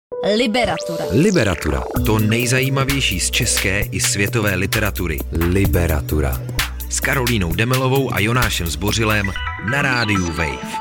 Liberatura. Liberatura. To nejzajímavější z české i světové literatury. Liberatura. S Karolínou Demelovou a Jonášem Zbořilem na rádiu Wave.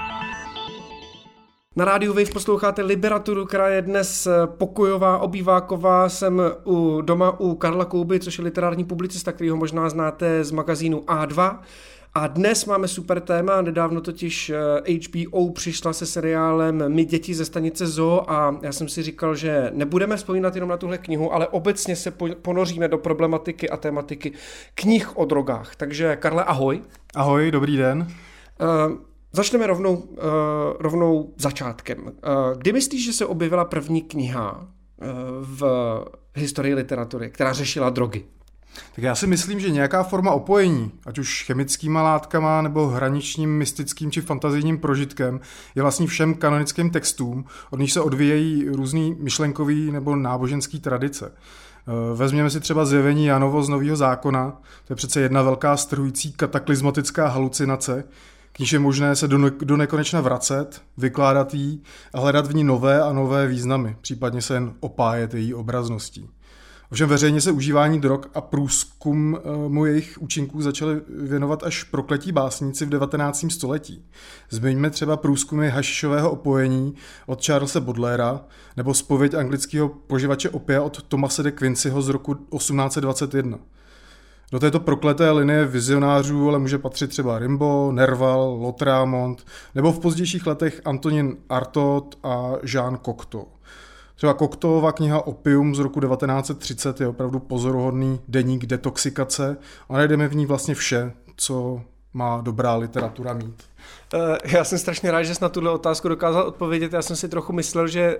Na rádiu Wave posloucháte Liberaturu, která je dnes pokojová, obýváková. Jsem doma u Karla Kouby, což je literární publicista, kterýho možná znáte z magazínu A2. A dnes máme super téma, nedávno totiž HBO přišla se seriálem My děti ze stanice Zoo a já jsem si říkal, že nebudeme vzpomínat jenom na tuhle knihu, ale obecně se ponoříme do problematiky a tématiky knih o drogách. Takže Karle, ahoj. Ahoj, dobrý den. Začneme rovnou začátkem. Kdy myslíš, že se objevila první kniha v historii literatury, která řešila drogy? Tak já si myslím, že nějaká forma opojení, ať už chemickýma látkama nebo hraničním, mystickým či fantazijním prožitkem, je vlastně všem kanonickým textům, od nich se odvíjejí různý myšlenkový nebo náboženský tradice. Vezměme si třeba zjevení Janovo z Nového zákona, to je přece jedna velká strhující kataklizmatická halucinace, k níž je možné se do nekonečna vracet, vykládat jí a hledat v ní nové a nové významy, případně se jen opájet její obrazností. Ovšem veřejně se užívání drog a průzkum jejich účinků začaly věnovat až prokletí básníci v 19. století. Zmiňme třeba průzkumy hašišového opojení od Charlesa Baudelairea nebo zpověď anglického poživače opia od Thomase de Quinceyho z roku 1821. Do této prokleté linie vizionářů ale může patřit třeba Rimbaud, Nerval, Lautréamont nebo v pozdějších letech Antonin Artaud a Jean Cocteau. Třeba Cocteauova kniha Opium z roku 1930 je opravdu pozoruhodný deník detoxikace a najdeme v ní vlastně vše, co má dobrá literatura mít. Já jsem strašně rád, že jsi na tuhle otázku dokázal odpovědět. Já jsem si trochu myslel, že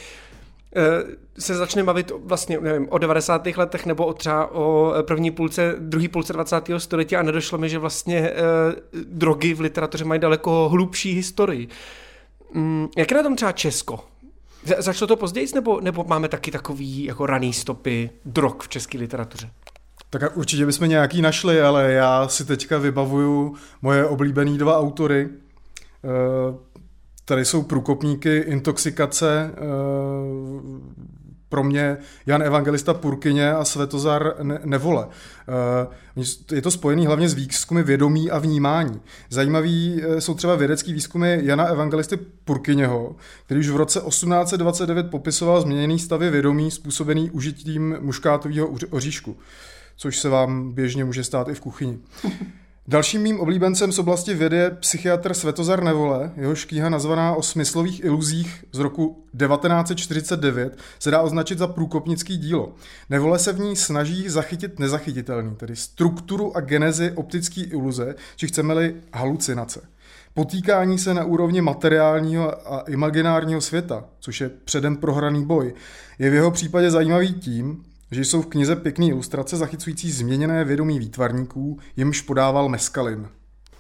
se začne bavit vlastně, nevím, o 90. letech nebo třeba o druhé půlce 20. století a nedošlo mi, že vlastně drogy v literatuře mají daleko hlubší historii. Jak je na tom třeba Česko? Začalo to později, nebo máme taky takový jako raný stopy drog v české literatuře? Tak určitě bychom nějaký našli, ale já si teďka vybavuju moje oblíbený dva autory. Tady jsou průkopníky intoxikace, pro mě Jan Evangelista Purkyně a Svetozar Nevole. Je to spojený hlavně s výzkumy vědomí a vnímání. Zajímavý jsou třeba vědecký výzkumy Jana Evangelisty Purkyněho, který už v roce 1829 popisoval změněný stavy vědomí způsobený užitím muškátového oříšku, což se vám běžně může stát i v kuchyni. Dalším mým oblíbencem z oblasti vědy je psychiatr Svetozar Nevole, jehož kniha nazvaná O smyslových iluzích z roku 1949 se dá označit za průkopnický dílo. Nevole se v ní snaží zachytit nezachytitelný, tedy strukturu a genezi optické iluze, či chceme-li halucinace. Potýkání se na úrovni materiálního a imaginárního světa, což je předem prohraný boj, je v jeho případě zajímavý tím, že jsou v knize pěkné ilustrace zachycující změněné vědomí výtvarníků, jimž podával meskalin.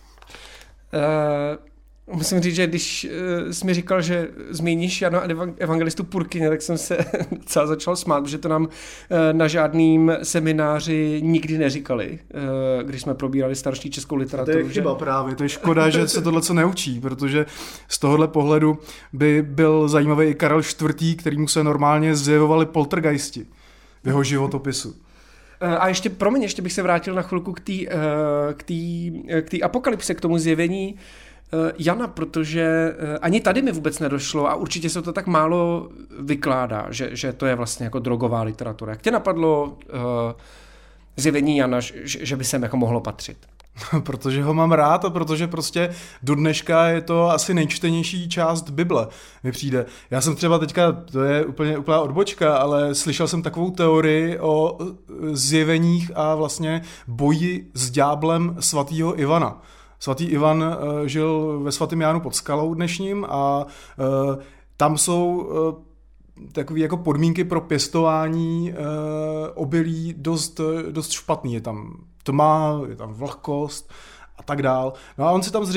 Musím říct, že když jsi mi říkal, že zmíníš Jana Evangelistu Purkyně, tak jsem se docela začal smát, protože to nám na žádným semináři nikdy neříkali, když jsme probírali starší českou literaturu. To je chyba právě, to je škoda, že se tohle co neučí, protože z tohohle pohledu by byl zajímavý i Karel IV., kterýmu se normálně zjevovali poltergeisti v jeho životopisu. A ještě bych se vrátil na chvilku k té apokalypse, k tomu zjevení Jana, protože ani tady mi vůbec nedošlo a určitě se to tak málo vykládá, že to je vlastně jako drogová literatura. Jak tě napadlo zjevení Jana, že by sem jako mohlo patřit? Protože ho mám rád a protože prostě do dneška je to asi nejčtenější část Bible, mi přijde. Já jsem třeba teďka, to je úplná odbočka, ale slyšel jsem takovou teorii o zjeveních a vlastně boji s ďáblem svatého Ivana. Svatý Ivan žil ve svatém Jánu pod Skalou dnešním a tam jsou takové jako podmínky pro pěstování obilí dost špatný. Je tam tma, je tam vlhkost a tak dál. No a on si tam zřejmě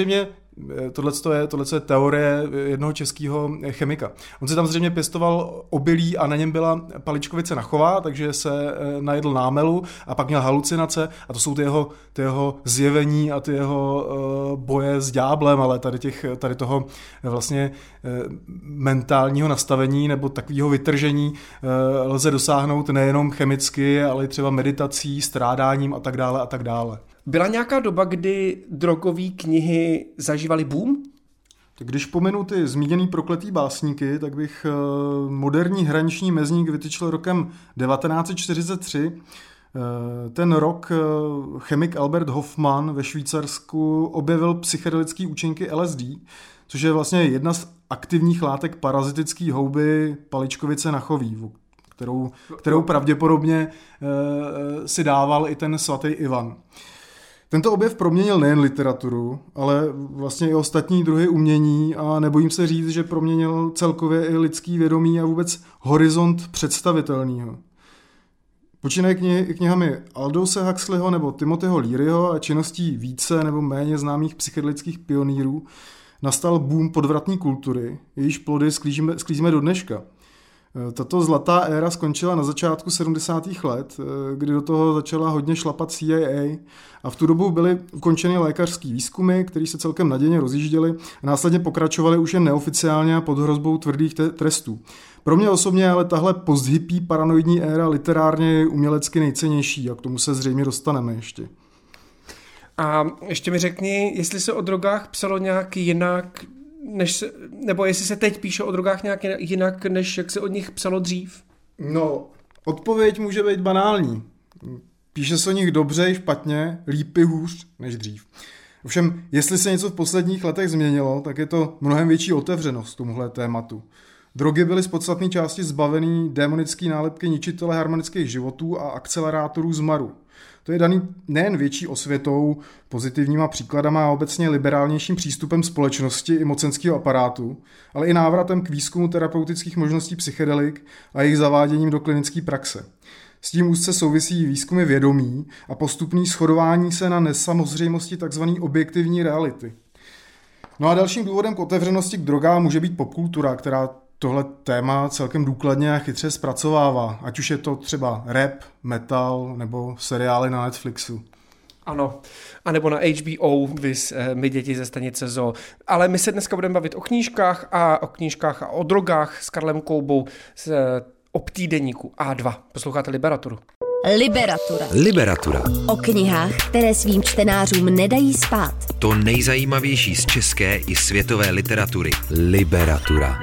Tohle je teorie jednoho českého chemika. On si tam zřejmě pěstoval obilí a na něm byla paličkovice nachová, takže se najedl námelu a pak měl halucinace a to jsou ty jeho zjevení a ty jeho boje s ďáblem, ale tady toho vlastně mentálního nastavení nebo takového vytržení lze dosáhnout nejenom chemicky, ale i třeba meditací, strádáním a tak dále. Byla nějaká doba, kdy drogové knihy zažívaly boom? Tak když pomenu ty zmíněný prokletý básníky, tak bych moderní hraniční mezník vytyčil rokem 1943. Ten rok chemik Albert Hofmann ve Švýcarsku objevil psychedelické účinky LSD, což je vlastně jedna z aktivních látek parazitické houby paličkovice nachový, kterou pravděpodobně si dával i ten svatý Ivan. Tento objev proměnil nejen literaturu, ale vlastně i ostatní druhy umění a nebojím se říct, že proměnil celkově i lidský vědomí a vůbec horizont představitelného. Počínaje knihami Aldouse Huxleyho nebo Timothyho Learyho a činností více nebo méně známých psychedelických pionýrů nastal boom podvratné kultury, jejíž plody sklízíme do dneška. Tato zlatá éra skončila na začátku 70. let, kdy do toho začala hodně šlapat CIA a v tu dobu byly ukončeny lékařský výzkumy, které se celkem nadějně rozjížděly a následně pokračovaly už jen neoficiálně a pod hrozbou tvrdých trestů. Pro mě osobně ale tahle posthippí paranoidní éra literárně umělecky nejcennější a k tomu se zřejmě dostaneme ještě. A ještě mi řekni, jestli se o drogách psalo nějak jinak, nebo jestli se teď píše o drogách nějak jinak, než jak se o nich psalo dřív? No, odpověď může být banální. Píše se o nich dobře i špatně, líp i hůř než dřív. Ovšem, jestli se něco v posledních letech změnilo, tak je to mnohem větší otevřenost tomuhle tématu. Drogy byly z podstatné části zbavený démonický nálepky ničitele harmonických životů a akcelerátorů zmaru. To je daný nejen větší osvětou, pozitivníma příkladama a obecně liberálnějším přístupem společnosti i mocenského aparátu, ale i návratem k výzkumu terapeutických možností psychedelik a jejich zaváděním do klinické praxe. S tím úzce souvisí výzkumy vědomí a postupný shodování se na nesamozřejmosti tzv. Objektivní reality. No a dalším důvodem k otevřenosti k drogám může být popkultura, která tohle téma celkem důkladně a chytře zpracovává, ať už je to třeba rap, metal nebo seriály na Netflixu. Ano, anebo na HBO, viz My děti ze stanice Zoo. Ale my se dneska budeme bavit o knížkách a o drogách s Karlem Koubou z optýdeníku A2. Posloucháte Liberaturu. Liberatura. O knihách, které svým čtenářům nedají spát. To nejzajímavější z české i světové literatury. Liberatura.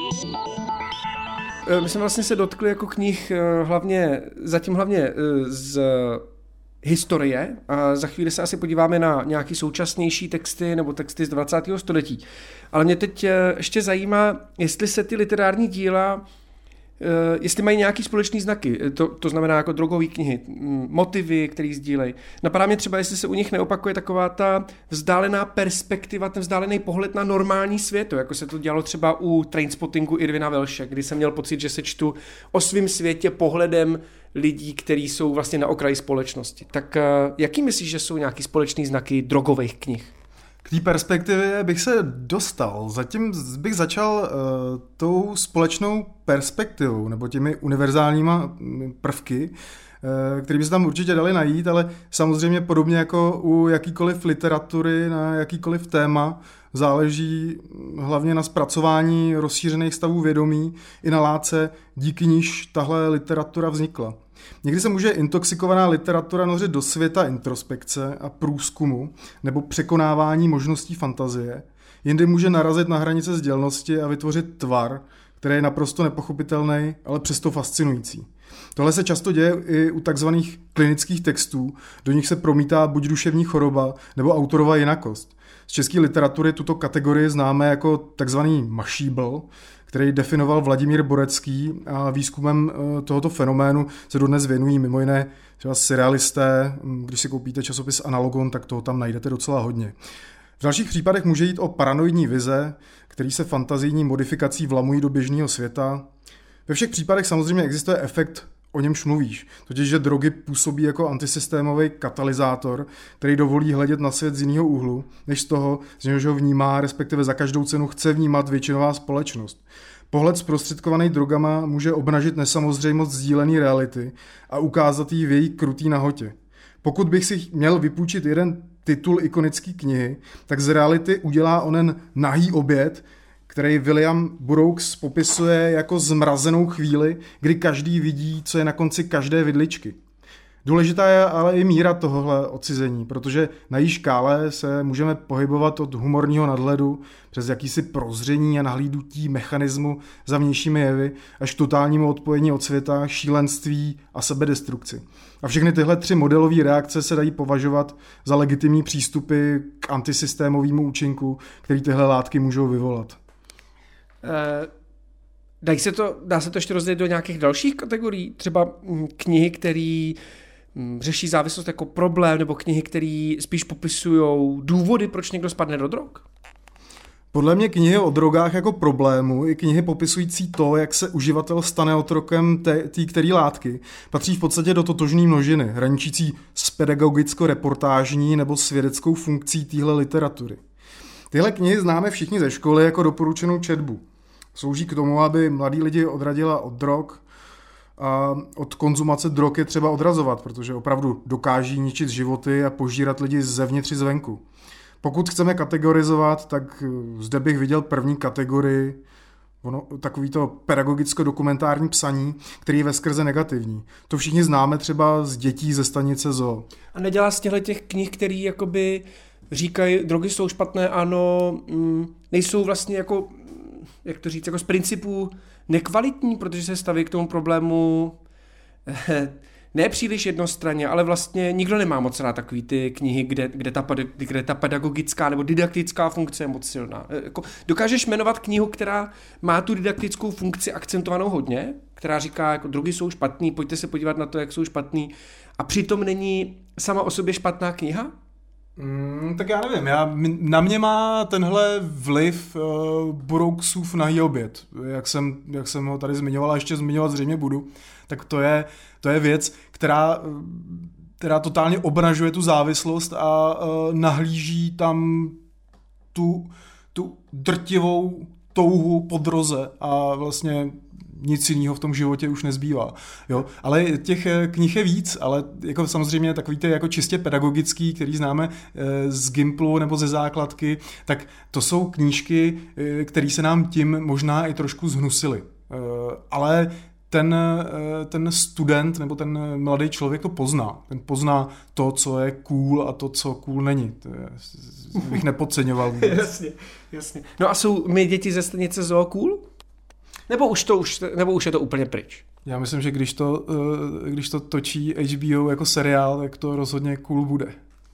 My jsme vlastně se dotkli jako knih zatím hlavně z historie a za chvíli se asi podíváme na nějaký současnější texty nebo texty z 20. století. Ale mě teď ještě zajímá, jestli se ty literární díla jestli mají nějaký společný znaky, to znamená jako drogové knihy, motivy, které sdílejí. Napadá mě třeba, jestli se u nich neopakuje taková ta vzdálená perspektiva, ten vzdálený pohled na normální svět, jako se to dělalo třeba u Trainspottingu Irvina Welsche, kdy jsem měl pocit, že se čtu o svém světě pohledem lidí, kteří jsou vlastně na okraji společnosti. Tak jaký myslíš, že jsou nějaký společný znaky drogových knih? K té perspektivě bych se dostal. Zatím bych začal tou společnou perspektivou nebo těmi univerzálníma prvky, které by se tam určitě dali najít, ale samozřejmě podobně jako u jakýkoliv literatury na jakýkoliv téma záleží hlavně na zpracování rozšířených stavů vědomí i na látce, díky níž tahle literatura vznikla. Někdy se může intoxikovaná literatura nořit do světa introspekce a průzkumu nebo překonávání možností fantazie. Jindy může narazit na hranice sdělnosti a vytvořit tvar, který je naprosto nepochopitelný, ale přesto fascinující. Tohle se často děje i u takzvaných klinických textů, do nich se promítá buď duševní choroba nebo autorova jinakost. Z české literatury tuto kategorii známe jako takzvaný mašíbl, který definoval Vladimír Borecký a výzkumem tohoto fenoménu se dodnes věnují mimo jiné třeba surrealisté. Když si koupíte časopis Analogon, tak toho tam najdete docela hodně. V dalších případech může jít o paranoidní vize, který se fantazijní modifikací vlamují do běžného světa. Ve všech případech samozřejmě existuje efekt o němž mluvíš. Totiž, že drogy působí jako antisystémový katalyzátor, který dovolí hledět na svět z jiného úhlu, než z toho, z něhož ho vnímá, respektive za každou cenu chce vnímat většinová společnost. Pohled zprostředkovaný drogama může obnažit nesamozřejmost sdílený reality a ukázat jí v její krutý nahotě. Pokud bych si měl vypůjčit jeden titul ikonické knihy, tak z reality udělá onen nahý oběd, který William Burroughs popisuje jako zmrazenou chvíli, kdy každý vidí, co je na konci každé vidličky. Důležitá je ale i míra tohohle odcizení, protože na její škále se můžeme pohybovat od humorního nadhledu přes jakýsi prozření a nahlídnutí mechanismu za vnějšími jevy až k totálnímu odpojení od světa, šílenství a sebedestrukci. A všechny tyhle 3 modelové reakce se dají považovat za legitimní přístupy k antisystémovému účinku, který tyhle látky můžou vyvolat. Dá se to ještě rozdělit do nějakých dalších kategorií? Třeba knihy, které řeší závislost jako problém, nebo knihy, které spíš popisují důvody, proč někdo spadne do drog? Podle mě knihy o drogách jako problému i knihy popisující to, jak se uživatel stane otrokem té které látky, patří v podstatě do totožné množiny, hraničící s pedagogicko-reportážní nebo svědeckou funkcí téhle literatury. Tyhle knihy známe všichni ze školy jako doporučenou četbu. Slouží k tomu, aby mladí lidi odradila od drog a od konzumace drog je třeba odrazovat, protože opravdu dokáží ničit životy a požírat lidi zevnitř i zvenku. Pokud chceme kategorizovat, tak zde bych viděl první kategorii, takový to pedagogicko-dokumentární psaní, který je veskrze negativní. To všichni známe třeba z dětí ze stanice Zoo. A nedělá z těch knih, který jakoby říkají, drogy jsou špatné, ano, nejsou vlastně jako, jak to říct, jako z principu nekvalitní, protože se staví k tomu problému ne příliš jednostranně, ale vlastně nikdo nemá moc rád takový ty knihy, kde ta pedagogická nebo didaktická funkce je moc silná. Jako, dokážeš jmenovat knihu, která má tu didaktickou funkci akcentovanou hodně, která říká, jako drogy jsou špatný, pojďte se podívat na to, jak jsou špatný, a přitom není sama o sobě špatná kniha? Tak já nevím, na mě má tenhle vliv Burroughsův nahý oběd, jak jsem ho tady zmiňoval a ještě zmiňovat zřejmě budu, tak to je věc, která totálně obnažuje tu závislost a nahlíží tam tu drtivou touhu po droze a vlastně nic jiného v tom životě už nezbývá. Jo? Ale těch knih je víc, ale jako samozřejmě takový ty jako čistě pedagogický, který známe z Gimplu nebo ze základky, tak to jsou knížky, které se nám tím možná i trošku zhnusily. Ale ten student nebo ten mladý člověk to pozná. Ten pozná to, co je cool a to, co cool není. To bych nepodceňoval vůbec. Jasně. No a jsou my děti ze stanice Zoo cool? Nebo už je to úplně pryč? Já myslím, že když to točí HBO jako seriál, tak to rozhodně cool bude.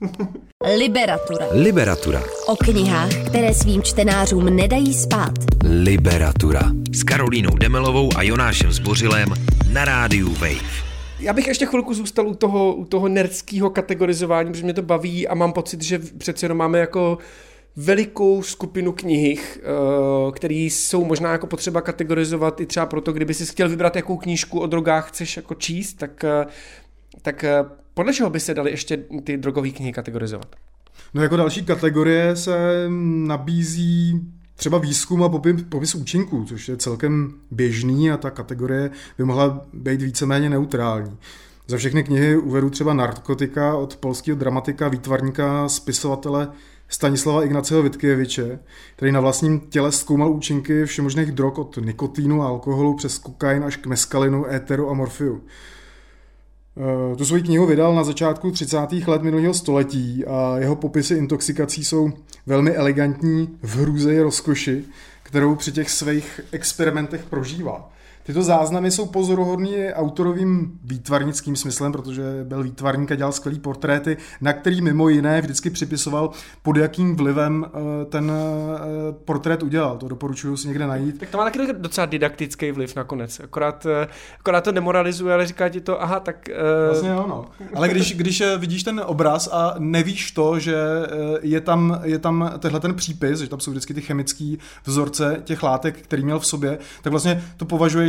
Liberatura. O knihách, které svým čtenářům nedají spát. Liberatura. S Karolínou Demelovou a Jonášem Zbořilem na rádiu Wave. Já bych ještě chvilku zůstal u toho nerdského kategorizování, protože mě to baví a mám pocit, že přece jenom máme jako velikou skupinu knih, které jsou možná jako potřeba kategorizovat i třeba proto, kdyby si chtěl vybrat, jakou knížku o drogách chceš jako číst, tak podle čeho by se daly ještě ty drogové knihy kategorizovat? No jako další kategorie se nabízí třeba výzkum a popis účinků, což je celkem běžný a ta kategorie by mohla být víceméně neutrální. Za všechny knihy uvedu třeba Narkotika od polského dramatika, výtvarníka, spisovatele Stanislava Ignaceho Vitkieviče, který na vlastním těle zkoumal účinky všemožných drog od nikotínu a alkoholu přes kokain až k meskalinu, éteru a morfiu. Tu svoji knihu vydal na začátku 30. let minulého století a jeho popisy intoxikací jsou velmi elegantní v hrůze i rozkoši, kterou při těch svých experimentech prožívá. Tyto záznamy jsou pozoruhodný autorovým výtvarnickým smyslem, protože byl výtvarník a dělal skvělý portréty, na který mimo jiné vždycky připisoval, pod jakým vlivem ten portrét udělal. To doporučuji si někde najít. Tak to má taky docela didaktický vliv nakonec. Akorát to demoralizuje, ale říká ti to, aha, tak... Vlastně ano. Ale když vidíš ten obraz a nevíš to, že je tam tenhle ten přípis, že tam jsou vždycky ty chemické vzorce těch látek, který měl v sobě, tak vlastně to považuješ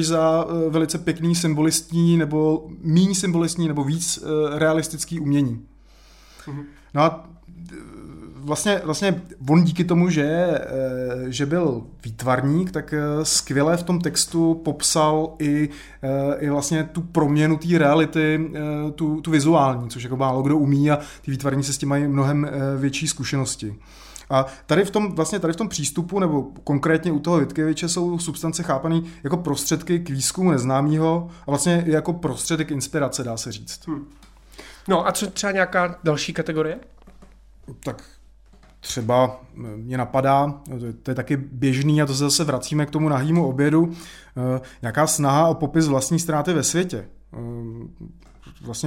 považuješ za velice pěkný symbolistní nebo míň symbolistní nebo víc realistický umění. No a vlastně on díky tomu, že byl výtvarník, tak skvěle v tom textu popsal i vlastně tu proměnu té reality, tu vizuální, což jako málo kdo umí a ty výtvarníci s tím mají mnohem větší zkušenosti. A tady v tom přístupu, nebo konkrétně u toho Witkeviče, jsou substance chápané jako prostředky k výzkumu neznámého a vlastně jako prostředek inspirace, dá se říct. No a co třeba nějaká další kategorie? Tak třeba mě napadá, to je taky běžný a to se zase vracíme k tomu nahýmu obědu, nějaká snaha o popis vlastní ztráty ve světě. Vlastně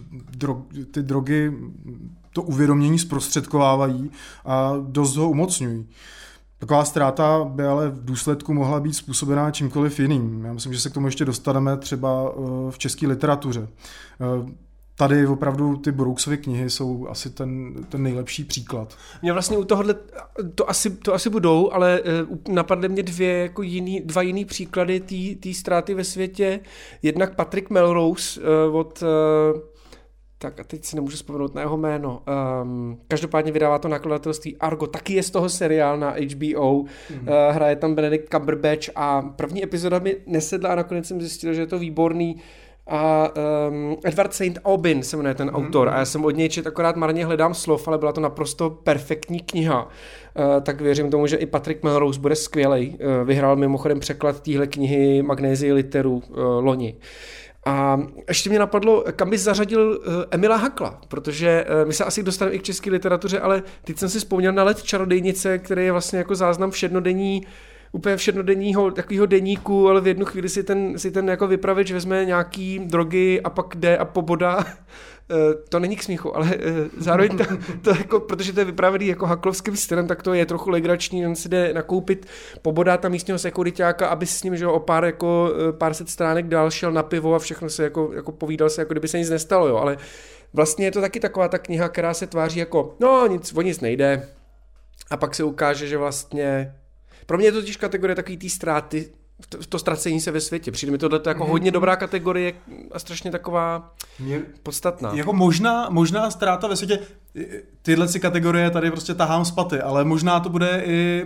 ty drogy to uvědomění zprostředkovávají a dost ho umocňují. Taková ztráta by ale v důsledku mohla být způsobená čímkoliv jiným. Já myslím, že se k tomu ještě dostaneme třeba v české literatuře. Tady opravdu ty Brooksovy knihy jsou asi ten nejlepší příklad. Mě vlastně u tohohle, to asi budou, ale napadly mě dva jiný příklady té ztráty ve světě. Jednak Patrick Melrose od... Tak a teď si nemůžu vzpomenout na jeho jméno. Každopádně vydává to nakladatelství Argo. Taky je z toho seriál na HBO. Hraje tam Benedict Cumberbatch a první epizoda mi nesedla a nakonec jsem zjistil, že je to výborný. A Edward St. Aubyn se jmenuje ten autor a já jsem od něj čet, akorát marně hledám slov, ale byla to naprosto perfektní kniha. Tak věřím tomu, že i Patrick Melrose bude skvělej. Vyhrál mimochodem překlad téhle knihy Magnézii literu loni. A ještě mě napadlo, kam bys zařadil Emila Hackla, protože my se asi dostaneme i k české literatuře, ale teď jsem si vzpomněl na Let čarodějnice, který je vlastně jako záznam všednodenního takového deníku, ale v jednu chvíli si ten jako vypravěč vezme nějaký drogy a pak jde a pobodá. To není k smíchu, ale zároveň to jako, protože to je vyprávěný jako Hacklovským stylem, tak to je trochu legrační, on si jde nakoupit, pobodá tam místního sekuriťáka, aby s ním, že o pár set stránek dál šel na pivo a všechno se jako povídal se, jako kdyby se nic nestalo, jo, ale vlastně je to taky taková ta kniha, která se tváří jako, no, o nic nejde a pak se ukáže, že vlastně, pro mě je to totiž kategorie takový té ztráty, to ztracení se ve světě. Přijde mi tohle jako hodně dobrá kategorie a strašně taková podstatná. Jako možná ztráta ve světě, tyhle si kategorie tady prostě tahám z paty, ale možná to bude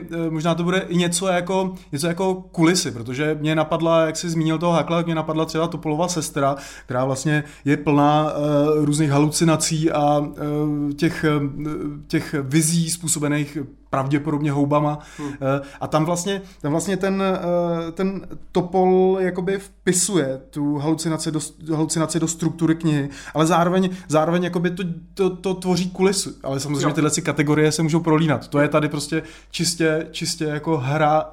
i něco jako kulisy, protože mě napadla, jak jsi zmínil toho Hackla, mě napadla třeba Topolova sestra, která vlastně je plná různých halucinací a těch vizí způsobených pravděpodobně houbama. A tam vlastně ten Topol jakoby vpisuje tu halucinaci do struktury knihy, ale zároveň jakoby to tvoří kulisu. Ale samozřejmě tyhle kategorie se můžou prolínat. To je tady prostě čistě jako hra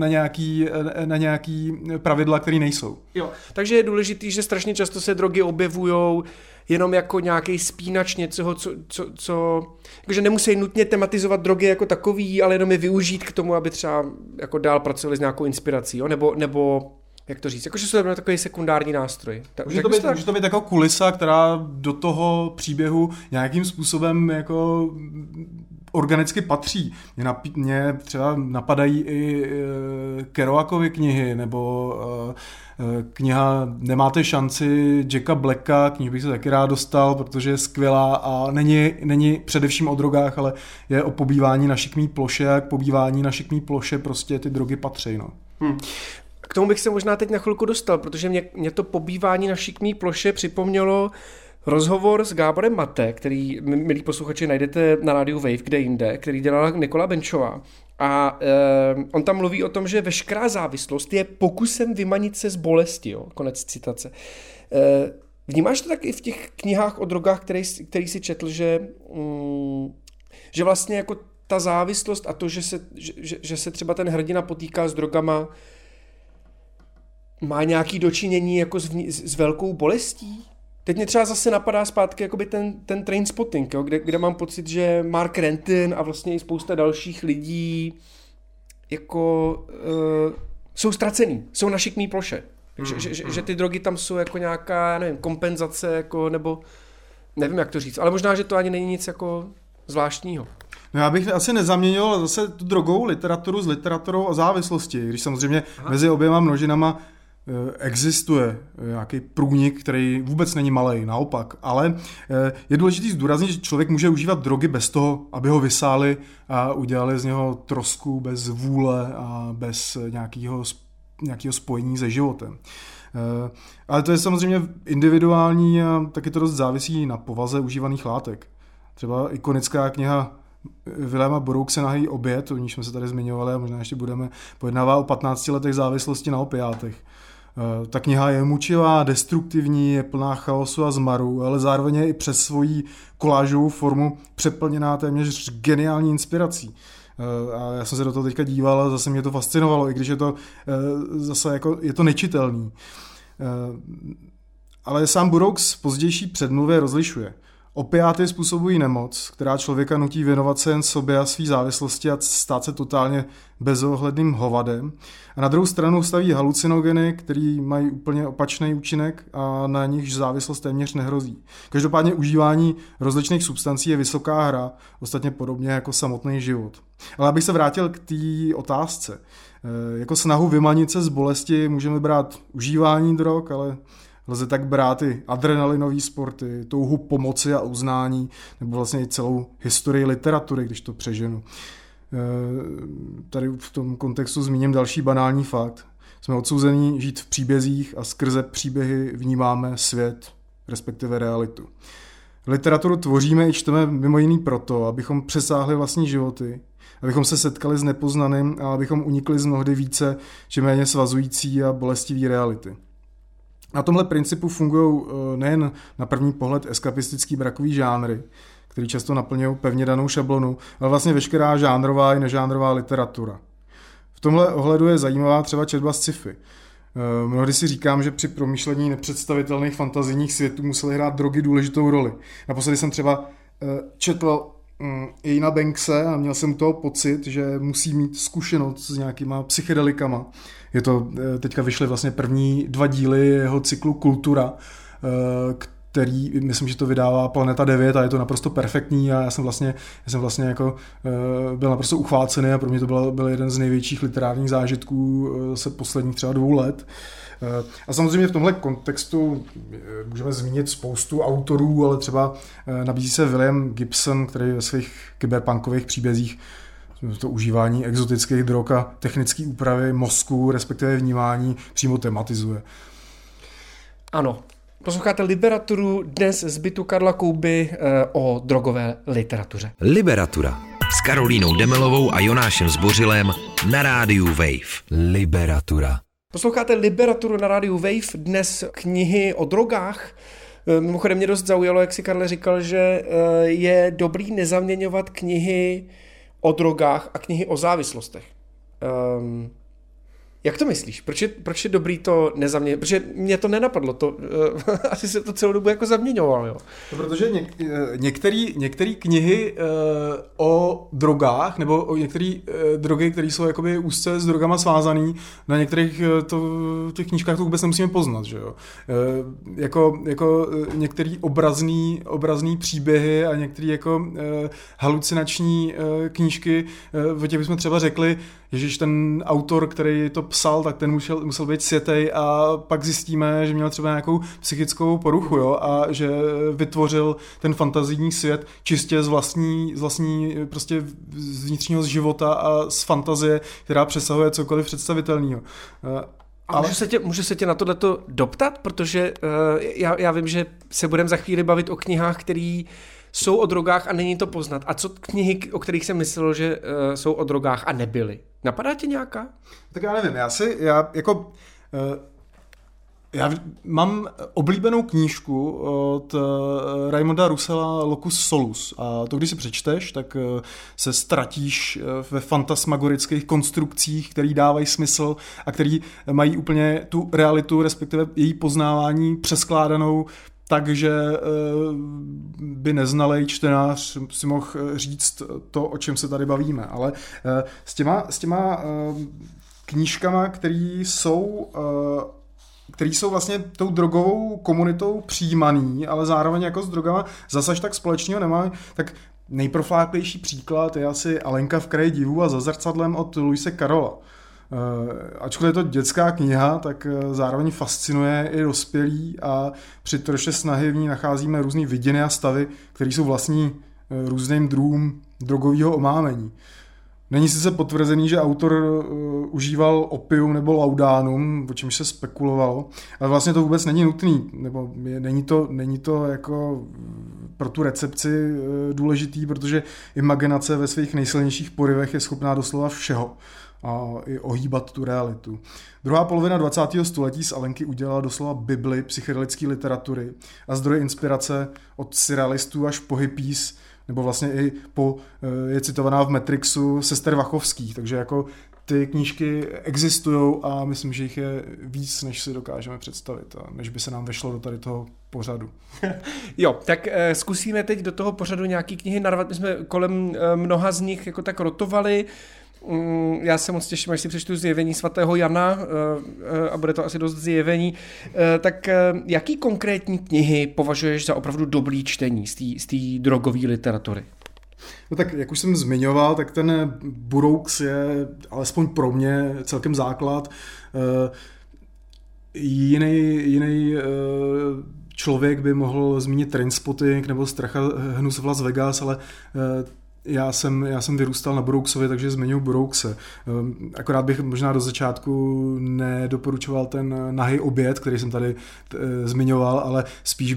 na nějaký pravidla, které nejsou. Jo, takže je důležitý, že strašně často se drogy objevujou jenom jako nějaký spínač něčeho, co jakože nemusí nutně tematizovat drogy jako takový, ale jenom je využít k tomu, aby třeba jako dál pracovali s nějakou inspirací, jo? Nebo jak to říct, jakože jsou takový sekundární nástroj. Může to být jako kulisa, která do toho příběhu nějakým způsobem jako organicky patří. Mě třeba napadají i Kerouakovy knihy, nebo kniha Nemáte šanci Jacka Blacka, knihu bych se taky rád dostal, protože je skvělá a není především o drogách, ale je o pobývání na šikmý ploše a k pobývání na šikmý ploše prostě ty drogy patří. No. K tomu bych se možná teď na chvilku dostal, protože mě to pobývání na šikmý ploše připomnělo rozhovor s Gáborem Mate, který, milí posluchači, najdete na rádiu Wave, kde jinde, který dělala Nikola Benčová. A on tam mluví o tom, že veškerá závislost je pokusem vymanit se z bolesti, jo? Konec citace. Vnímáš to tak i v těch knihách o drogách, který si četl, že vlastně jako ta závislost a to, že se třeba ten hrdina potýká s drogama, má nějaký dočinění jako s velkou bolestí? Teď mě třeba zase napadá zpátky jakoby ten Trainspotting, jo, kde mám pocit, že Mark Renton a vlastně i spousta dalších lidí jako jsou ztracený, jsou na šikmý ploše. Že ty drogy tam jsou jako nějaká, nevím, kompenzace, jako, nebo nevím, jak to říct, ale možná, že to ani není nic jako zvláštního. No já bych asi nezaměnil zase tu drogovou literaturu s literaturou o závislosti, když samozřejmě mezi oběma množinama existuje nějaký průnik, který vůbec není malej, naopak, ale je důležitý zdůraznit, že člověk může užívat drogy bez toho, aby ho vysáli a udělali z něho trosku bez vůle a bez nějakého spojení se životem. Ale to je samozřejmě individuální a taky to dost závisí na povaze užívaných látek. Třeba ikonická kniha Wilhelma Burroughse Nahý oběd, o níž jsme se tady zmiňovali a možná ještě budeme, pojednává o 15 letech závislosti na opiátech. Ta kniha je mučivá, destruktivní, je plná chaosu a zmaru, ale zároveň je i přes svoji kolážovou formu přeplněná téměř geniální inspirací. A já jsem se do toho teďka díval a zase mě to fascinovalo, i když je to zase jako, je to nečitelný. Ale sám Burroughs v pozdější předmluvě rozlišuje. Opiáty způsobují nemoc, která člověka nutí věnovat se jen sobě a svý závislosti a stát se totálně bezohledným hovadem. A na druhou stranu staví halucinogeny, který mají úplně opačný účinek a na nichž závislost téměř nehrozí. Každopádně užívání rozličných substancí je vysoká hra, ostatně podobně jako samotný život. Ale abych se vrátil k té otázce. Jako snahu vymanit se z bolesti můžeme brát užívání drog, ale lze tak brát i adrenalinové sporty, touhu pomoci a uznání, nebo vlastně i celou historii literatury, když to přeženu. Tady v tom kontextu zmíním další banální fakt. Jsme odsouzeni žít v příbězích a skrze příběhy vnímáme svět, respektive realitu. Literaturu tvoříme i čteme mimo jiný proto, abychom přesáhli vlastní životy, abychom se setkali s nepoznaným a abychom unikli z mnohdy více či méně svazující a bolestivý reality. Na tomhle principu fungují nejen na první pohled eskapistický brakový žánry, který často naplňují pevně danou šablonu, ale vlastně veškerá žánrová i nežánrová literatura. V tomhle ohledu je zajímavá třeba četba sci-fi. Mnohdy si říkám, že při promýšlení nepředstavitelných fantazijních světů musely hrát drogy důležitou roli. Naposledy jsem třeba četl Iana Bankse a měl jsem toho pocit, že musí mít zkušenost s nějakýma psychedelikama. Je to, teďka vyšly vlastně první 2 díly jeho cyklu Kultura, který, myslím, že to vydává Planeta 9 a je to naprosto perfektní a já jsem vlastně jako byl naprosto uchvácený a pro mě to byl jeden z největších literárních zážitků se posledních třeba 2 let. A samozřejmě v tomhle kontextu můžeme zmínit spoustu autorů, ale třeba nabízí se William Gibson, který ve svých kyberpunkových příbězích to užívání exotických drog a technické úpravy mozku, respektive vnímání, přímo tematizuje. Ano. Posloucháte Liberaturu dnes z bytu Karla Kouby o drogové literatuře. Liberatura s Karolínou Demelovou a Jonášem Zbořilem na rádiu Wave. Liberatura. Posloucháte Liberaturu na rádiu Wave, dnes knihy o drogách. Mimochodem mě dost zaujalo, jak si Karle říkal, že je dobrý nezaměňovat knihy o drogách a knihy o závislostech. Jak to myslíš? Proč je dobrý to nezaměňovat? Protože mě to nenapadlo, asi se to celou dobu jako zaměňoval, jo. No, protože některé knihy o drogách, nebo o některé drogy, které jsou jakoby úzce s drogama svázaný, na některých těch knížkách to vůbec nemusíme poznat, že jo. Jako některé obrazný příběhy a některé jako halucinační knížky, o těch bychom třeba řekli, ježiš, ten autor, který to psal, tak ten musel být světej a pak zjistíme, že měl třeba nějakou psychickou poruchu, jo, a že vytvořil ten fantazijní svět čistě z vlastní prostě z vnitřního života a z fantazie, která přesahuje cokoliv představitelného. Ale můžu se tě na tohleto doptat, protože já vím, že se budeme za chvíli bavit o knihách, které jsou o drogách a není to poznat. A co knihy, o kterých jsem myslel, že jsou o drogách a nebyly? Napadá tě nějaká? Tak já nevím, já mám oblíbenou knížku od Raimonda Russella Locus Solus a to, když si přečteš, tak se ztratíš ve fantasmagorických konstrukcích, které dávají smysl a které mají úplně tu realitu, respektive její poznávání přeskládanou, takže by neznalej čtenář si mohl říct to, o čem se tady bavíme. Ale s těma knížkama, které jsou vlastně tou drogovou komunitou přijímaný, ale zároveň jako s drogama zase tak společného nemají, tak nejprofláklejší příklad je asi Alenka v kraji divů a za zrcadlem od Luise Carrolla. Ačkoliv je to dětská kniha, tak zároveň fascinuje i dospělí a při troše snahy v ní nacházíme různý vidiny a stavy, které jsou vlastní různým druhům drogového omámení. Není sice potvrzený, že autor užíval opium nebo laudánum, o čemž se spekulovalo, ale vlastně to vůbec není nutný, nebo není to jako pro tu recepci důležitý, protože imaginace ve svých nejsilnějších porivech je schopná doslova všeho a i ohýbat tu realitu. Druhá polovina 20. století z Alenky udělala doslova bibli psychedelické literatury a zdroje inspirace od surrealistů až po hippies, nebo vlastně i je citovaná v Matrixu sester Wachowských, takže jako ty knížky existujou a myslím, že jich je víc, než si dokážeme představit a než by se nám vešlo do tady toho pořadu. Jo, tak zkusíme teď do toho pořadu nějaký knihy narvat. My jsme kolem mnoha z nich jako tak rotovali. Já se moc těším, až si přečtu Zjevení svatého Jana a bude to asi dost zjevení. Tak jaký konkrétní knihy považuješ za opravdu dobrý čtení z té drogové literatury? No tak, jak už jsem zmiňoval, tak ten Burroughs je alespoň pro mě celkem základ. Jiný člověk by mohl zmínit Trainspotting nebo Strach a hnus v Las Vegas, ale já jsem vyrůstal na Burroughsovi, takže zmiňuji Burroughse. Akorát bych možná do začátku nedoporučoval ten Nahý oběd, který jsem tady zmiňoval, ale spíš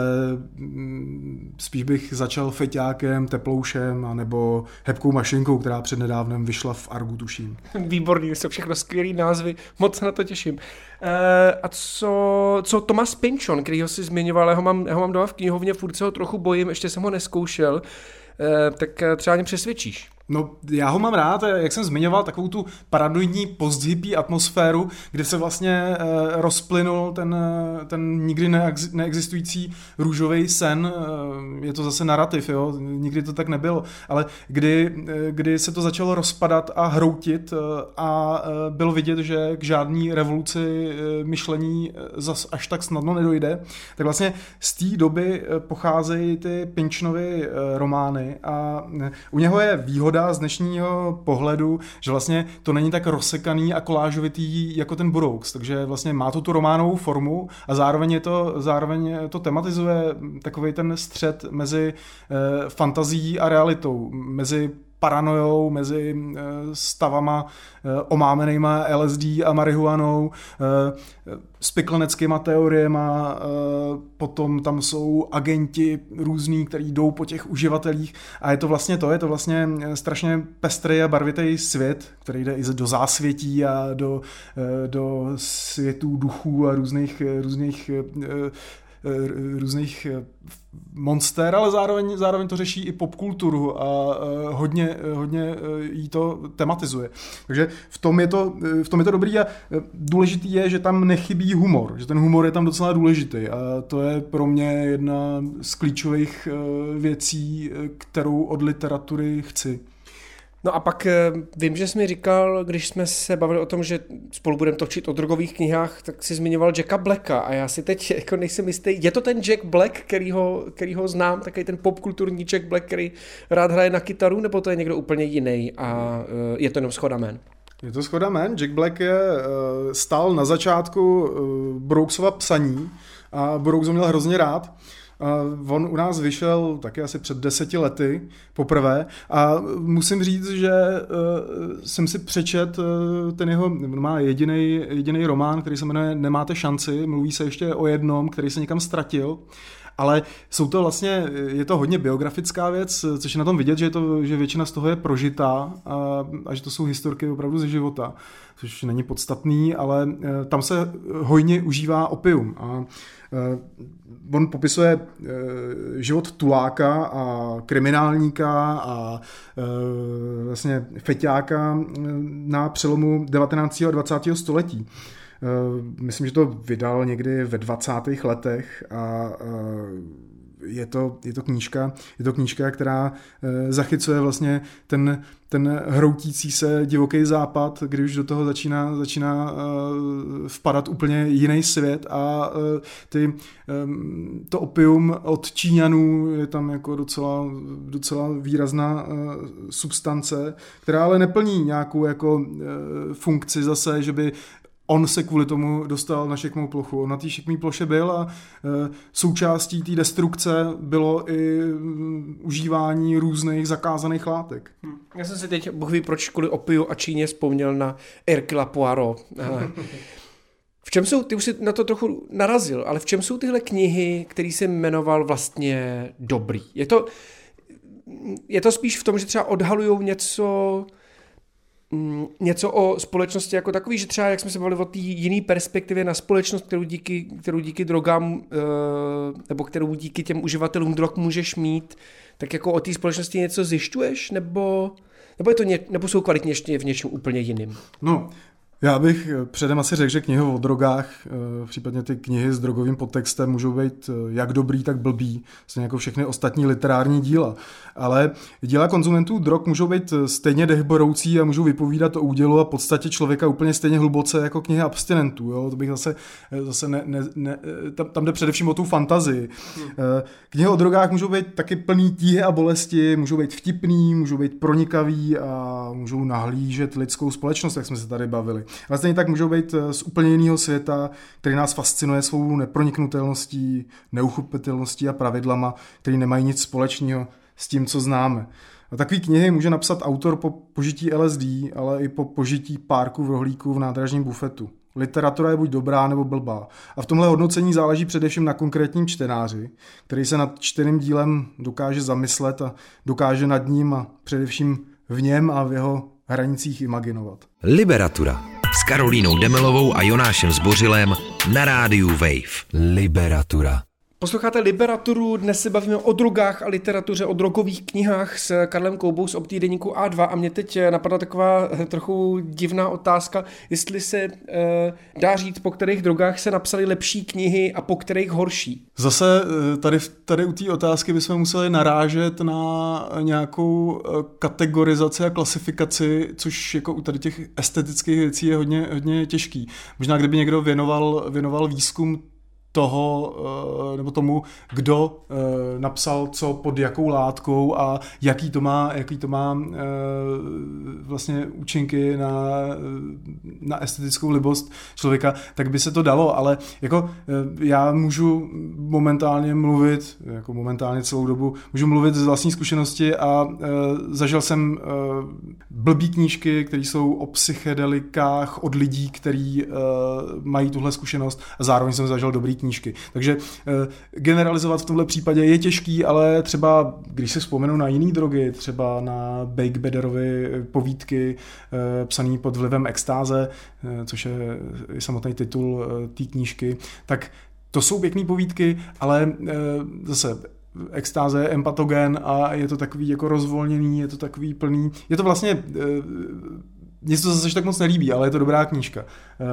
bych začal Feťákem, Teploušem nebo Hebkou mašinkou, která přednedávnem vyšla v Argu, tuším. Výborný, jsou všechno skvělý názvy, moc se na to těším. A co Thomas Pynchon, kterýho si zmiňoval, já ho mám doma v knihovně, furt se ho trochu bojím, ještě jsem ho neskoušel, tak třeba mě přesvědčíš. No, já ho mám rád, jak jsem zmiňoval, takovou tu paranoidní post-hippie atmosféru, kde se vlastně rozplynul ten nikdy neexistující růžový sen. Je to zase narrativ, jo? Nikdy to tak nebylo, ale kdy se to začalo rozpadat a hroutit a bylo vidět, že k žádný revoluci myšlení zas až tak snadno nedojde, tak vlastně z té doby pocházejí ty Pynchonovy romány a u něho je výhoda z dnešního pohledu, že vlastně to není tak rozsekaný a kolážovitý jako ten Burroughs, takže vlastně má to tu románovou formu a zároveň to tematizuje takový ten střed mezi fantazií a realitou, mezi paranojou, mezi stavama omámenejma LSD a marihuanou, spikleneckýma teoriema, potom tam jsou agenti různý, kteří jdou po těch uživatelích a je to vlastně strašně pestrý a barvitý svět, který jde i do zásvětí a do světů duchů a různých monster, ale zároveň to řeší i popkulturu a hodně jí to tematizuje. Takže v tom je to dobrý a důležitý je, že tam nechybí humor, že ten humor je tam docela důležitý a to je pro mě jedna z klíčových věcí, kterou od literatury chci. No a pak vím, že jsi mi říkal, když jsme se bavili o tom, že spolu budeme točit o drogových knihách, tak jsi zmiňoval Jacka Blacka a já si teď jako nejsem jistý. Je to ten Jack Black, kterýho znám, takový ten popkulturní Jack Black, který rád hraje na kytaru, nebo to je někdo úplně jiný a je to jenom shoda jmen? Je to shoda jmen. Jack Black stál na začátku Burroughsova psaní a Burroughs ho měl hrozně rád. On u nás vyšel taky asi před 10 lety poprvé a musím říct, že jsem si přečet ten jeho má jediný román, který se jmenuje Nemáte šanci, mluví se ještě o jednom, který se někam ztratil, ale je to hodně biografická věc, což je na tom vidět, že většina z toho je prožitá a že to jsou historky opravdu ze života, což není podstatný, ale tam se hojně užívá opium a on popisuje život tuláka a kriminálníka a vlastně feťáka na přelomu 19. a 20. století. Myslím, že to vydal někdy ve 20. letech a je to knížka, která zachycuje vlastně ten hroutící se divoký západ, kdy už do toho začíná vpadat úplně jiný svět a to opium od Číňanů je tam jako docela výrazná substance, která ale neplní nějakou jako funkci zase, že by on se kvůli tomu dostal na šikmou plochu. On na té šikmé ploše byl a součástí té destrukce bylo i užívání různých zakázaných látek. Já jsem si teď, Bůh ví proč, kvůli opiu a Číně vzpomněl na Hercula Poirot. V čem jsou, ty už jsi na to trochu narazil, ale v čem jsou tyhle knihy, který jsi jmenoval vlastně dobrý? Je to spíš v tom, že třeba odhalujou něco o společnosti jako takový, že třeba, jak jsme se bavili o té jiné perspektivě na společnost, kterou díky drogám, nebo kterou díky těm uživatelům drog můžeš mít, tak jako o té společnosti něco zjišťuješ, nebo jsou kvalitně ještě v něčem úplně jiným? No, já bych předem asi řekl, že knihy o drogách, případně ty knihy s drogovým podtextem můžou být jak dobrý, tak blbý, stejně jako všechny ostatní literární díla. Ale díla konzumentů drog můžou být stejně dechboroucí a můžou vypovídat o údělu a podstatě člověka úplně stejně hluboce jako knihy abstinentů. Jo? To bych zase tam jde především o tu fantazii. Knihy o drogách můžou být taky plný tíhy a bolesti, můžou být vtipný, můžou být pronikavý a můžou nahlížet lidskou společnost, jak jsme se tady bavili. Ale stejně tak můžou být z úplně jiného světa, který nás fascinuje svou neproniknutelností, neuchopitelností a pravidlama, který nemají nic společného s tím, co známe. A takový knihy může napsat autor po požití LSD, ale i po požití párku v rohlíku v nádražním bufetu. Literatura je buď dobrá nebo blbá. A v tomhle hodnocení záleží především na konkrétním čtenáři, který se nad čteným dílem dokáže zamyslet a dokáže nad ním a především v něm a v jeho hranicích imaginovat. Liberatura s Karolínou Demelovou a Jonášem Zbořilem na rádiu Wave. Liberatura. Posloucháte Liberaturu, dnes se bavíme o drogách a literatuře, o drogových knihách s Karlem Koubou z obtýdeníku A2 a mě teď napadla taková trochu divná otázka, jestli se dá říct, po kterých drogách se napsaly lepší knihy a po kterých horší. Zase tady u té otázky bychom museli narážet na nějakou kategorizaci a klasifikaci, což jako u tady těch estetických věcí je hodně těžký. Možná kdyby někdo věnoval výzkum toho, nebo tomu, kdo napsal co pod jakou látkou a jaký to má vlastně účinky na estetickou libost člověka, tak by se to dalo, ale jako já můžu momentálně celou dobu, můžu mluvit z vlastní zkušenosti a zažil jsem blbý knížky, které jsou o psychedelikách od lidí, kteří mají tuhle zkušenost a zároveň jsem zažil dobrý knížky. Takže generalizovat v tomhle případě je těžký, ale třeba, když si vzpomenu na jiný drogy, třeba na Beigbederovy povídky psaný pod vlivem extáze, což je samotný titul té knížky, tak to jsou pěkný povídky, ale zase extáze je empatogen a je to takový jako rozvolněný, je to takový plný, je to vlastně, mně se to zase tak moc nelíbí, ale je to dobrá knížka.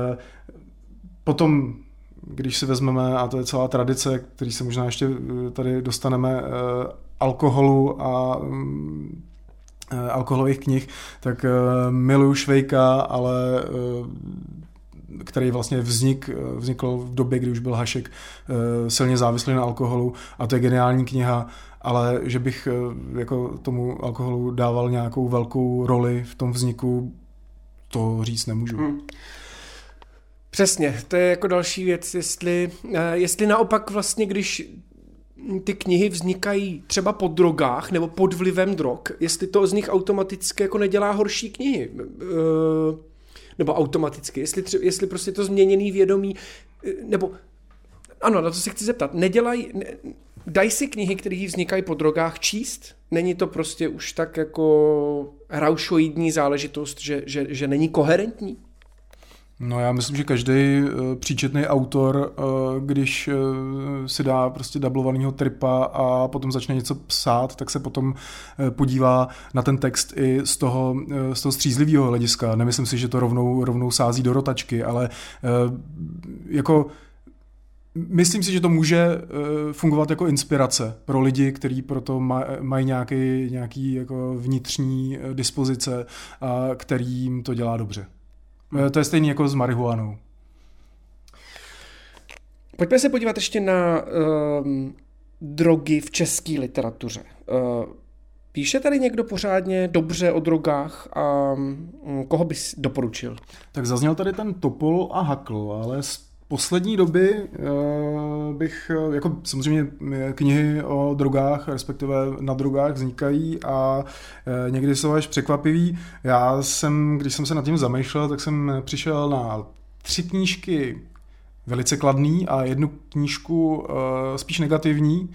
Potom když si vezmeme, a to je celá tradice, který se možná ještě tady dostaneme, alkoholu a alkoholových knih, tak miluju Švejka, ale který vlastně vznikl v době, kdy už byl Hašek silně závislý na alkoholu a to je geniální kniha, ale že bych jako tomu alkoholu dával nějakou velkou roli v tom vzniku, to říct nemůžu. Přesně, to je jako další věc, jestli naopak vlastně, když ty knihy vznikají třeba po drogách nebo pod vlivem drog, jestli to z nich automaticky jako nedělá horší knihy, nebo automaticky, jestli prostě to změněný vědomí, nebo ano, na to se chci zeptat, dají si knihy, které vznikají po drogách číst? Není to prostě už tak jako raušoidní záležitost, že není koherentní? No já myslím, že každý příčetný autor, když si dá prostě dublovanýho tripa a potom začne něco psát, tak se potom podívá na ten text i z toho střízlivého hlediska. Nemyslím si, že to rovnou sází do rotačky, ale jako Myslím si, že to může fungovat jako inspirace pro lidi, kteří proto mají nějaký jako vnitřní dispozice, a kterým to dělá dobře. To je stejný jako s marihuanou. Pojďme se podívat ještě na drogy v české literatuře. Píše tady někdo pořádně dobře o drogách a koho bys doporučil? Tak zazněl tady ten Topol a Hakl, ale z poslední doby bych, jako samozřejmě knihy o drogách, respektive na drogách vznikají a někdy jsou až překvapivý. Když jsem se nad tím zamýšlel, tak jsem přišel na 3 knížky velice kladný a 1 knížku spíš negativní.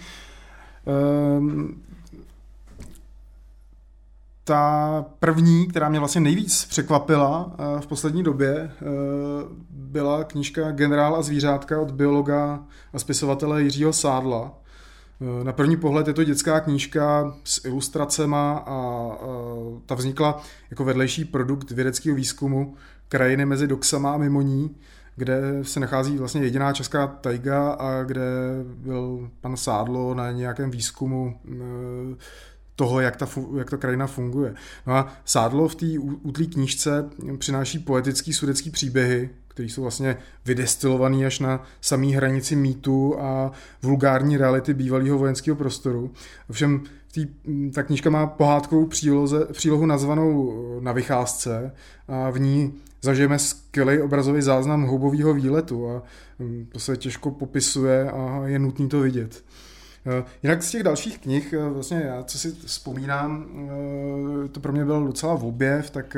Ta první, která mě vlastně nejvíc překvapila v poslední době, byla knížka Generál a zvířátka od biologa a spisovatele Jiřího Sádla. Na první pohled je to dětská knížka s ilustracema a ta vznikla jako vedlejší produkt vědeckého výzkumu krajiny mezi Doksama a mimo ní, kde se nachází vlastně jediná česká tajga a kde byl pan Sádlo na nějakém výzkumu toho, jak ta krajina funguje. No a Sádlo v té útlý knížce přináší poetický sudetský příběhy, které jsou vlastně vydestilované až na samý hranici mýtu a vulgární reality bývalého vojenského prostoru. Ovšem ta knížka má pohádkovou přílohu nazvanou Na vycházce a v ní zažijeme skvělý obrazový záznam houbového výletu a to se těžko popisuje a je nutné to vidět. Jinak z těch dalších knih, vlastně já, co si vzpomínám, to pro mě byl docela objev, tak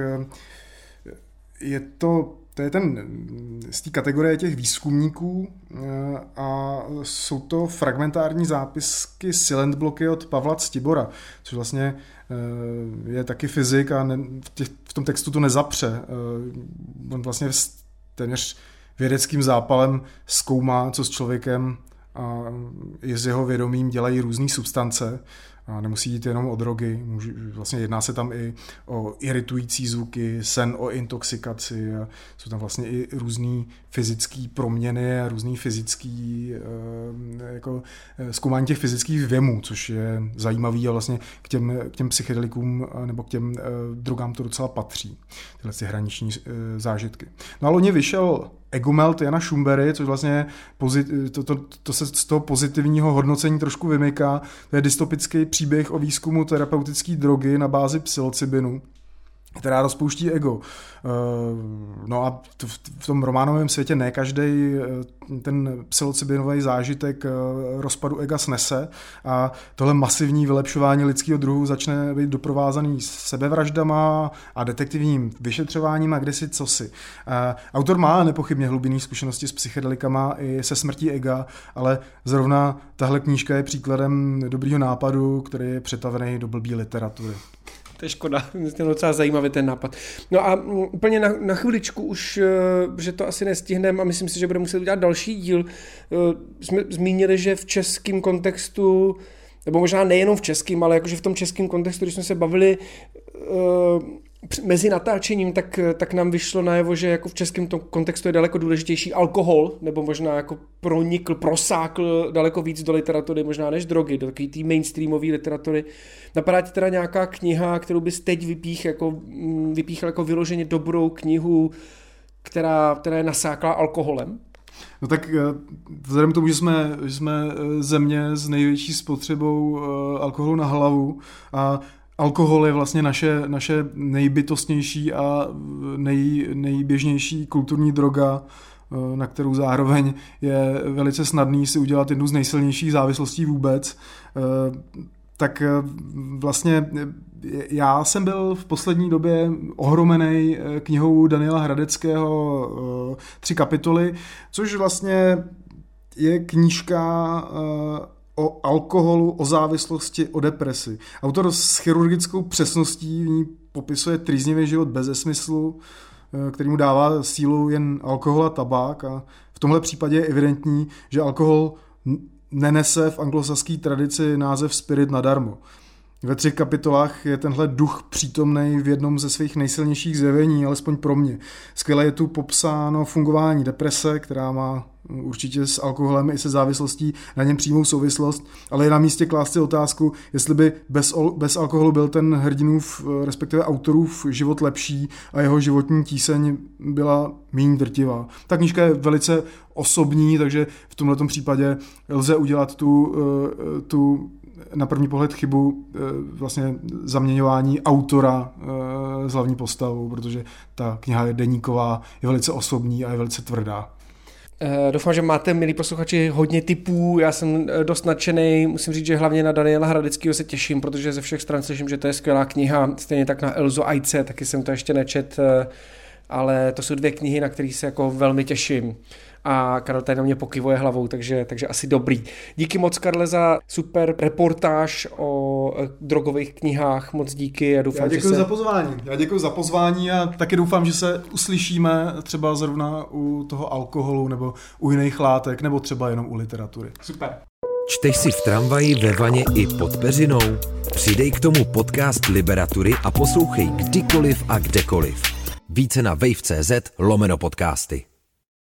to je ten z té kategorie těch výzkumníků a jsou to fragmentární zápisky Silent bloky od Pavla Ctibora, což vlastně je taky fyzik a v tom textu to nezapře. On vlastně téměř vědeckým zápalem zkoumá, co s člověkem a i s jeho vědomím dělají různé substance a nemusí jít jenom o drogy, vlastně jedná se tam i o iritující zvuky, sen o intoxikaci a jsou tam vlastně i různý fyzické proměny a různý fyzický jako zkoumání těch fyzických věmů, což je zajímavý a vlastně k těm psychedelikům nebo k těm drogám to docela patří, tyhle ty hraniční zážitky. No a loni vyšel Egomelt Jana Šumbery, což vlastně to se z toho pozitivního hodnocení trošku vymyká. To je dystopický příběh o výzkumu terapeutické drogy na bázi psilocybinu, která rozpouští ego. No a v tom románovém světě ne každý ten psilocybinový zážitek rozpadu ega snese a tohle masivní vylepšování lidského druhu začne být doprovázaný sebevraždama a detektivním vyšetřováním a kdesi cosi. Autor má nepochybně hlubinné zkušenosti s psychedelikama i se smrtí ega, ale zrovna tahle knížka je příkladem dobrýho nápadu, který je přetavený do blbý literatury. To je škoda, je docela zajímavý ten nápad. No a úplně na chviličku už, že to asi nestihneme a myslím si, že budeme muset udělat další díl. Jsme zmínili, že v českém kontextu, nebo možná nejenom v českém, ale jakože v tom českém kontextu, když jsme se bavili mezi natáčením, tak nám vyšlo najevo, že jako v českém kontextu je daleko důležitější alkohol, nebo možná jako prosákl daleko víc do literatury, možná než drogy, do takové té mainstreamové literatury. Napadá ti teda nějaká kniha, kterou bys teď vypíchl jako vyloženě dobrou knihu, která je nasáklá alkoholem? No tak vzhledem k tomu, že jsme země s největší spotřebou alkoholu na hlavu a alkohol je vlastně naše nejbytostnější a nejběžnější kulturní droga, na kterou zároveň je velice snadný si udělat jednu z nejsilnějších závislostí vůbec. Tak vlastně já jsem byl v poslední době ohromený knihou Daniela Hradeckého 3 kapitoly, což vlastně je knížka o alkoholu, o závislosti, o depresi. Autor s chirurgickou přesností v ní popisuje trýznivý život beze smyslu, který mu dává sílu jen alkohol a tabák a v tomhle případě je evidentní, že alkohol nenese v anglosaské tradici název spirit nadarmo. Ve 3 kapitolách je tenhle duch přítomnej v jednom ze svých nejsilnějších zjevení, alespoň pro mě. Skvěle je tu popsáno fungování deprese, která má určitě s alkoholem i se závislostí na něm přímou souvislost, ale je na místě klást si otázku, jestli by bez alkoholu byl ten hrdinův, respektive autorův život lepší a jeho životní tíseň byla méně drtivá. Ta knížka je velice osobní, takže v tomhletom případě lze udělat tu na první pohled chybu vlastně zaměňování autora s hlavní postavou, protože ta kniha je deníková, je velice osobní a je velice tvrdá. Doufám, že máte, milí posluchači, hodně tipů, já jsem dost nadšený, musím říct, že hlavně na Daniela Hradeckého se těším, protože ze všech stran slyším, že to je skvělá kniha, stejně tak na Elzu Ajce, taky jsem to ještě nečet, ale to jsou 2 knihy, na které se jako velmi těším. A Karel tady na mě pokyvuje hlavou, takže asi dobrý. Díky moc, Karle, za super reportáž o drogových knihách, moc díky. A doufám, Já děkuji za pozvání a taky doufám, že se uslyšíme třeba zrovna u toho alkoholu nebo u jiných látek, nebo třeba jenom u literatury. Super. Čteš si v tramvaji, ve vaně i pod peřinou? Přidej k tomu podcast Liberatury a poslouchej kdykoliv a kdekoliv. Více na wave.cz/podcasty.